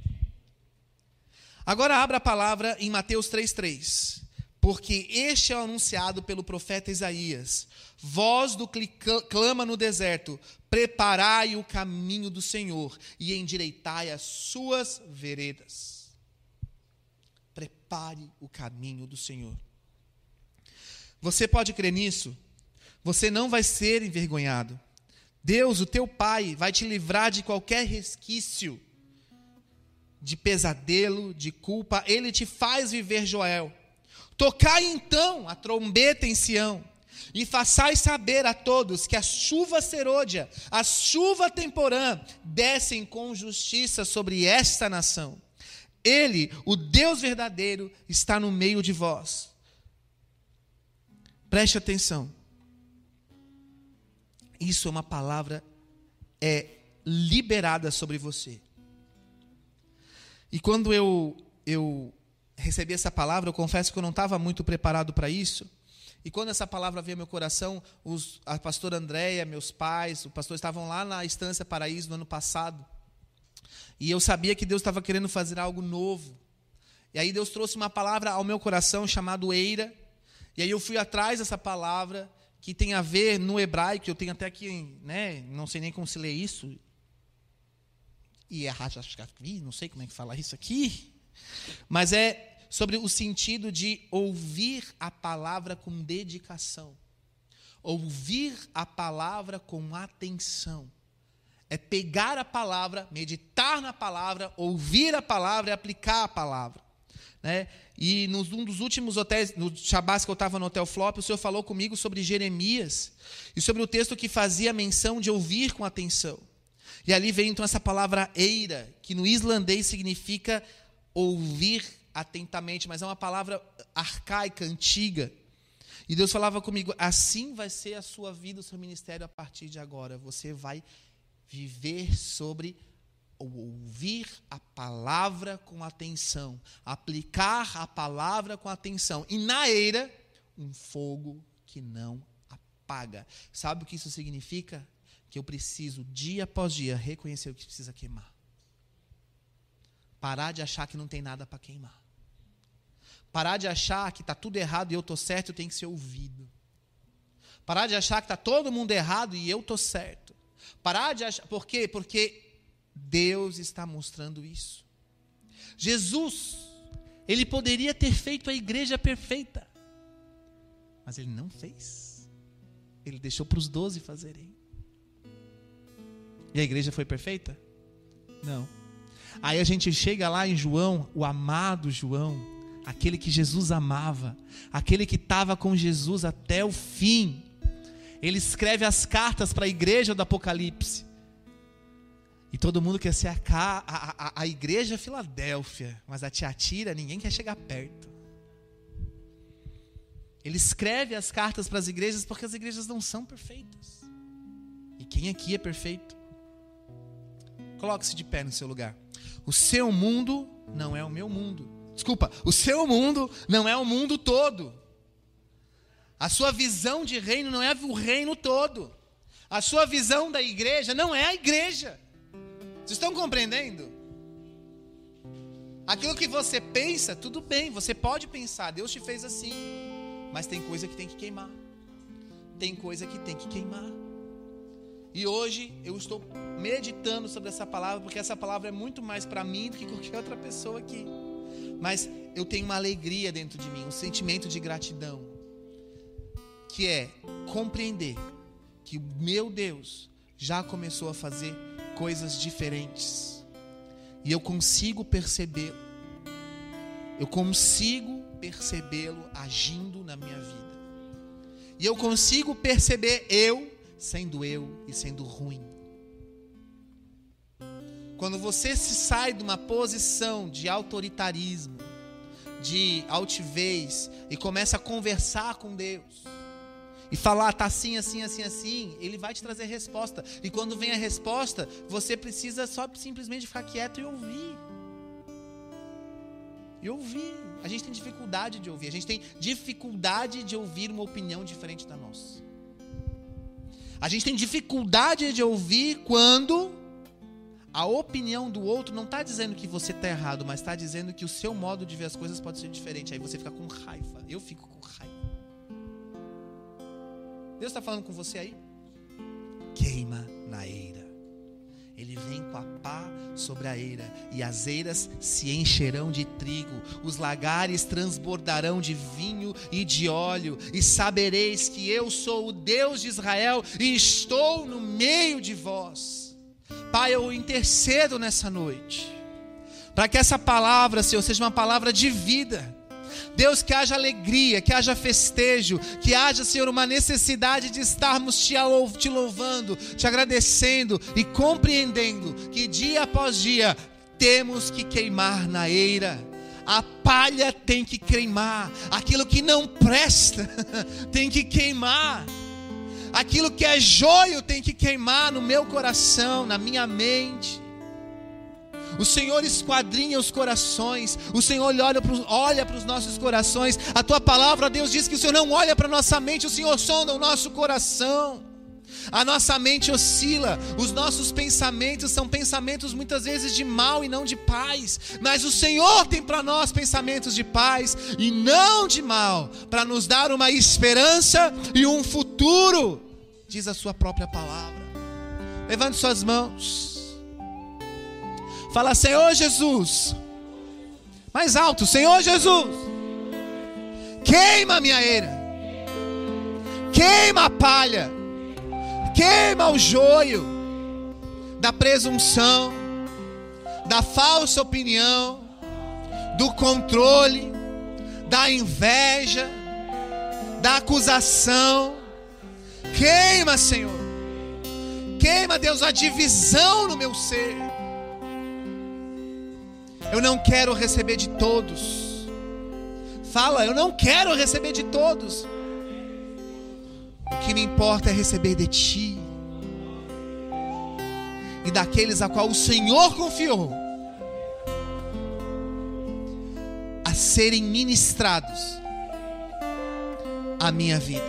Speaker 1: Agora abra a palavra em Mateus 3,3. Porque este é o anunciado pelo profeta Isaías. Voz do que clama no deserto, preparai o caminho do Senhor e endireitai as suas veredas. Prepare o caminho do Senhor. Você pode crer nisso? Você não vai ser envergonhado. Deus, o teu Pai, vai te livrar de qualquer resquício de pesadelo, de culpa. Ele te faz viver Joel. Tocai então a trombeta em Sião, e façais saber a todos que a chuva serôdia, a chuva temporã, descem com justiça sobre esta nação. Ele, o Deus verdadeiro, está no meio de vós. Preste atenção. Isso é uma palavra liberada sobre você. E quando eu recebi essa palavra, eu confesso que eu não estava muito preparado para isso. E quando essa palavra veio ao meu coração, a pastora Andréia, meus pais, o pastor estavam lá na Estância Paraíso no ano passado. E eu sabia que Deus estava querendo fazer algo novo. E aí Deus trouxe uma palavra ao meu coração chamada eira. E aí eu fui atrás dessa palavra, que tem a ver no hebraico, eu tenho até aqui, né, não sei nem como se lê isso. Não sei como é que fala isso aqui. Mas é sobre o sentido de ouvir a palavra com dedicação. Ouvir a palavra com atenção. É pegar a palavra, meditar na palavra, ouvir a palavra e aplicar a palavra. Né? E num dos últimos hotéis, no Shabbat que eu estava no Hotel Flop, o Senhor falou comigo sobre Jeremias e sobre o texto que fazia menção de ouvir com atenção. E ali vem então essa palavra eira, que no islandês significa ouvir atentamente, mas é uma palavra arcaica, antiga. E Deus falava comigo, assim vai ser a sua vida, o seu ministério a partir de agora. Você vai viver sobre ouvir a palavra com atenção, aplicar a palavra com atenção. E na eira, um fogo que não apaga. Sabe o que isso significa? Que eu preciso, dia após dia, reconhecer o que precisa queimar. Parar de achar que não tem nada para queimar. Parar de achar que está tudo errado e eu estou certo, eu tenho que ser ouvido. Parar de achar que está todo mundo errado e eu estou certo. Parar de achar... Por quê? Porque Deus está mostrando isso. Jesus, ele poderia ter feito a igreja perfeita, mas ele não fez. Ele deixou para os 12 fazerem. E a igreja foi perfeita? Não. Aí a gente chega lá em João, o amado João, aquele que Jesus amava, aquele que estava com Jesus até o fim. Ele escreve as cartas para a igreja do Apocalipse. E todo mundo quer ser a igreja Filadélfia, mas a Tiatira ninguém quer chegar perto. Ele escreve as cartas para as igrejas porque as igrejas não são perfeitas. E quem aqui é perfeito? Coloque-se de pé no seu lugar. O seu mundo não é o meu mundo. Desculpa, o seu mundo não é o mundo todo. A sua visão de reino não é o reino todo. A sua visão da igreja não é a igreja. Vocês estão compreendendo? Aquilo que você pensa, tudo bem, você pode pensar, Deus te fez assim. Mas tem coisa que tem que queimar. Tem coisa que tem que queimar. E hoje eu estou meditando sobre essa palavra, porque essa palavra é muito mais para mim do que qualquer outra pessoa aqui. Mas eu tenho uma alegria dentro de mim, um sentimento de gratidão, que é compreender que o meu Deus já começou a fazer coisas diferentes. E eu consigo percebê-lo. Eu consigo percebê-lo agindo na minha vida. E eu consigo perceber eu e sendo ruim. Quando você se sai de uma posição de autoritarismo, de altivez, e começa a conversar com Deus, e falar, tá assim, assim, assim, assim, Ele vai te trazer resposta. E quando vem a resposta, você precisa só simplesmente ficar quieto e ouvir. E ouvir. A gente tem dificuldade de ouvir. A gente tem dificuldade de ouvir uma opinião diferente da nossa. A gente tem dificuldade de ouvir quando a opinião do outro não está dizendo que você está errado, mas está dizendo que o seu modo de ver as coisas pode ser diferente. Aí você fica com raiva. Eu fico com raiva. Deus está falando com você aí? Queima na eira. Ele vem com a pá sobre a eira, e as eiras se encherão de trigo, os lagares transbordarão de vinho e de óleo, e sabereis que eu sou o Deus de Israel, e estou no meio de vós. Pai, eu intercedo nessa noite, para que essa palavra, Senhor, seja uma palavra de vida. Deus, que haja alegria, que haja festejo, que haja, Senhor, uma necessidade de estarmos te louvando, te agradecendo e compreendendo que dia após dia temos que queimar na eira. A palha tem que queimar, aquilo que não presta tem que queimar, aquilo que é joio tem que queimar no meu coração, na minha mente. O Senhor esquadrinha os corações. O Senhor olha para os nossos corações. A tua palavra, Deus, diz que o Senhor não olha para a nossa mente, o Senhor sonda o nosso coração. A nossa mente oscila. Os nossos pensamentos são pensamentos muitas vezes de mal e não de paz. Mas o Senhor tem para nós pensamentos de paz e não de mal, para nos dar uma esperança e um futuro, diz a sua própria palavra. Levante suas mãos. Fala, Senhor Jesus. Mais alto, Senhor Jesus. Queima a minha eira. Queima a palha. Queima o joio da presunção, da falsa opinião, do controle, da inveja, da acusação. Queima, Senhor. Queima, Deus, a divisão no meu ser. Eu não quero receber de todos. Fala, eu não quero receber de todos. O que me importa é receber de Ti e daqueles a qual o Senhor confiou a serem ministrados a minha vida.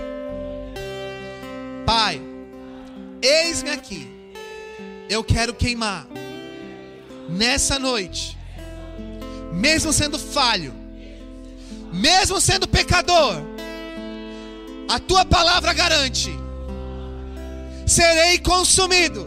Speaker 1: Pai, eis-me aqui. Eu quero queimar nessa noite. Mesmo sendo falho, mesmo sendo pecador, a tua palavra garante: serei consumido.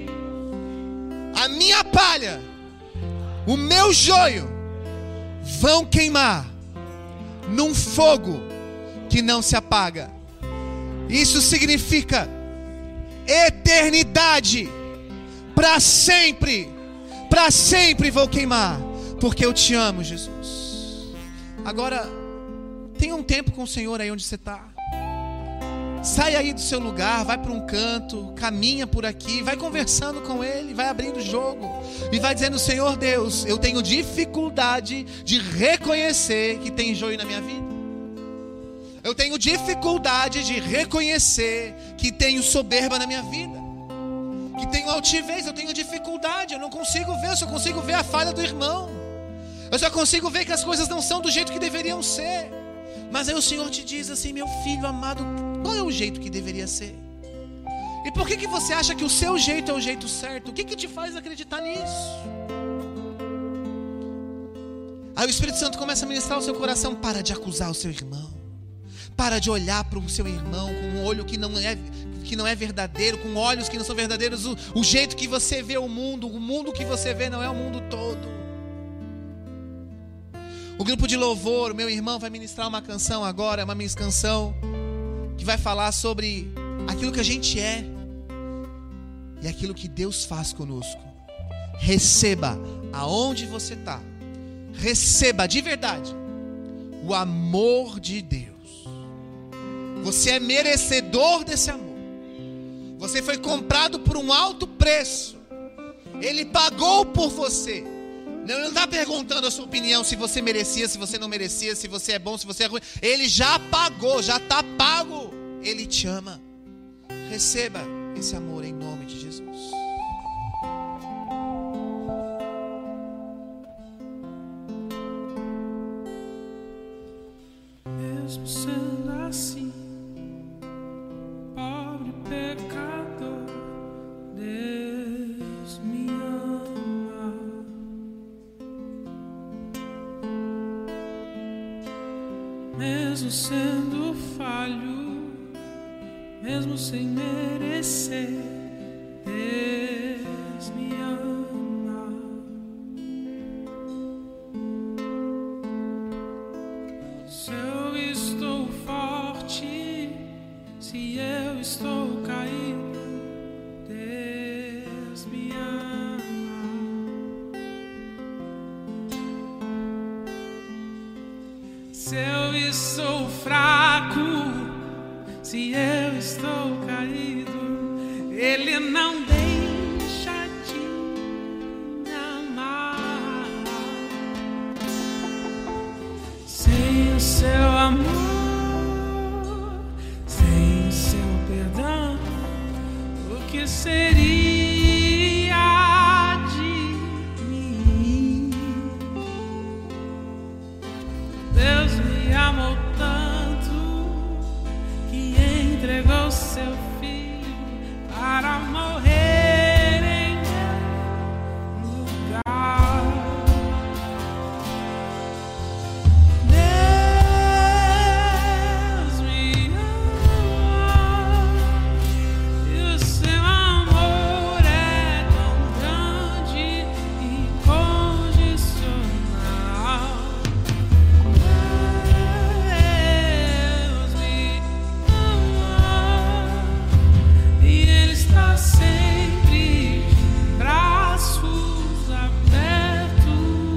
Speaker 1: A minha palha, o meu joio vão queimar num fogo que não se apaga. Isso significa eternidade. Para sempre vou queimar. Porque eu te amo, Jesus. Agora, tenha um tempo com o Senhor aí onde você está. Sai aí do seu lugar, vai para um canto, caminha por aqui, vai conversando com Ele, vai abrindo o jogo e vai dizendo: Senhor Deus, eu tenho dificuldade de reconhecer que tem joio na minha vida. Eu tenho dificuldade de reconhecer que tenho soberba na minha vida, que tenho altivez. Eu tenho dificuldade, eu não consigo ver, eu só consigo ver a falha do irmão. Eu só consigo ver que as coisas não são do jeito que deveriam ser. Mas aí o Senhor te diz assim: meu filho amado, qual é o jeito que deveria ser? E por que você acha que o seu jeito é o jeito certo? O que te faz acreditar nisso? Aí o Espírito Santo começa a ministrar o seu coração. Para de acusar o seu irmão. Para de olhar para o seu irmão com um olho que não é verdadeiro, com olhos que não são verdadeiros. O jeito que você vê o mundo que você vê não é o mundo todo. O grupo de louvor, o meu irmão vai ministrar uma canção agora, uma canção que vai falar sobre aquilo que a gente é e aquilo que Deus faz conosco. Receba aonde você está. Receba de verdade o amor de Deus. Você é merecedor desse amor. Você foi comprado por um alto preço. Ele pagou por você. Ele não está perguntando a sua opinião, se você merecia, se você não merecia, se você é bom, se você é ruim. Ele já pagou, já está pago. Ele te ama. Receba esse amor em nome de Jesus.
Speaker 2: Mesmo sendo assim, pobre pecador, Deus me ama. Mesmo sendo falho, mesmo sem merecer, Deus me ama. Se eu estou forte, se eu estou caído, Deus me ama. Se eu estou fraco, se eu estou caído, Ele não deixa de me amar. Sem o seu amor, sem o seu perdão, o que seria de mim? Deus me amou tanto que entregou seu filho para morrer em meu lugar. Deus me ama e o seu amor é tão grande e incondicional. Deus me ama e Ele está sempre de braços abertos.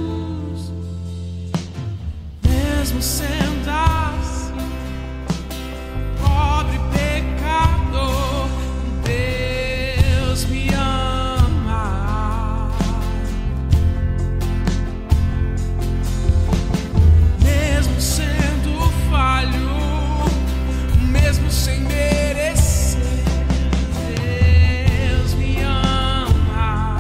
Speaker 2: Mesmo sendo assim, pobre pecador, Deus me ama. Mesmo sendo falho, mesmo sem merecer, Deus me ama.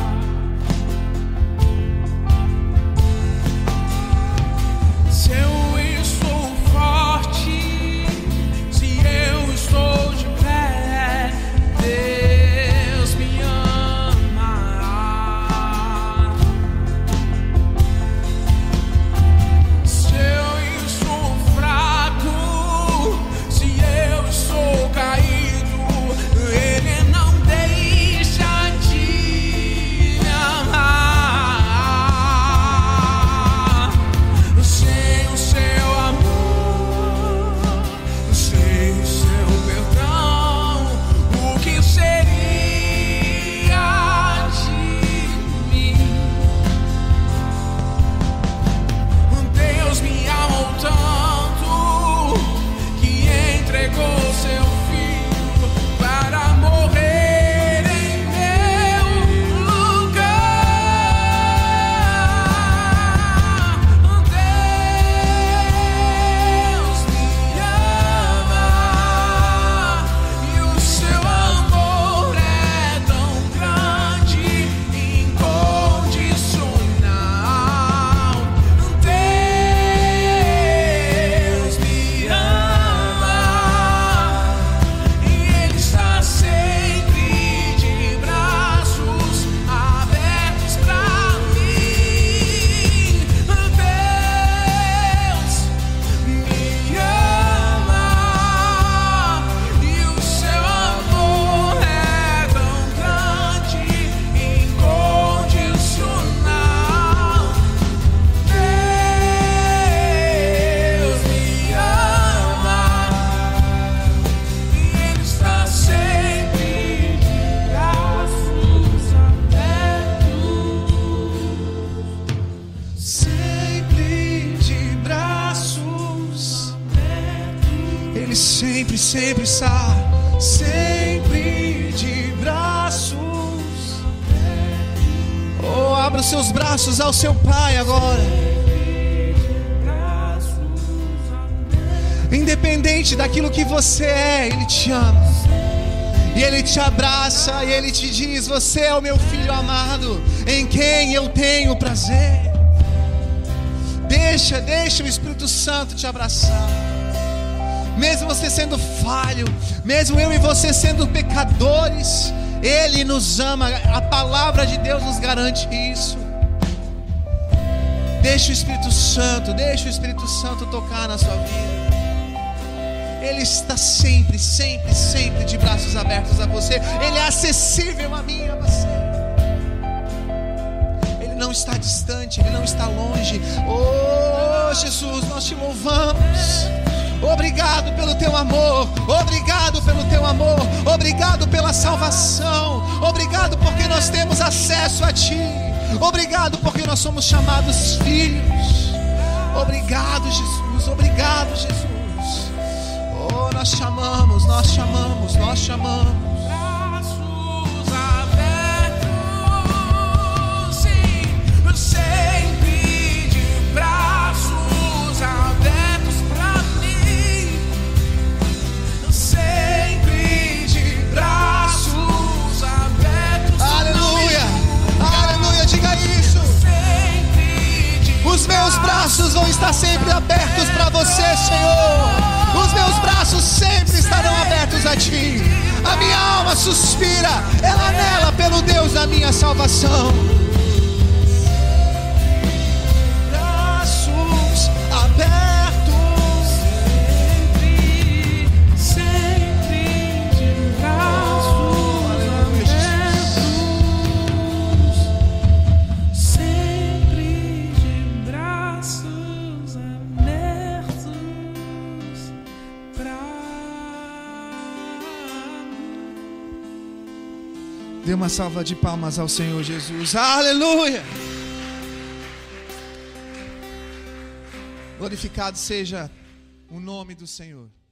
Speaker 2: Se eu estou forte, se eu estou de pé, Deus me ama. Se eu estou fraco, se eu estou caído,
Speaker 1: sempre, sempre está, sempre de braços. Oh, abra os seus braços ao seu Pai agora. Independente daquilo que você é, Ele te ama. E Ele te abraça e Ele te diz: você é o meu filho amado, em quem eu tenho prazer. Deixa o Espírito Santo te abraçar. Mesmo você sendo falho, mesmo eu e você sendo pecadores, Ele nos ama. A palavra de Deus nos garante isso. Deixa o Espírito Santo tocar na sua vida. Ele está sempre, sempre, sempre de braços abertos a você. Ele é acessível a mim e a você. Ele não está distante, Ele não está longe. Oh, Jesus, nós te louvamos. Obrigado pelo teu amor. Obrigado pelo teu amor. Obrigado pela salvação. Obrigado porque nós temos acesso a Ti. Obrigado porque nós somos chamados filhos. Obrigado, Jesus. Obrigado, Jesus. Oh, nós chamamos. Braços abertos, sim, sempre de braços abertos pra mim, sempre de braços abertos. Aleluia, aleluia, diga isso. Os meus braços vão estar sempre abertos para você, Senhor. Os meus braços sempre estarão abertos a Ti. A minha alma suspira, ela anela pelo Deus da minha salvação. Braços abertos, sempre de braços abertos, sempre de braços abertos. Dê uma salva de palmas ao Senhor Jesus. Aleluia! Glorificado seja o nome do Senhor.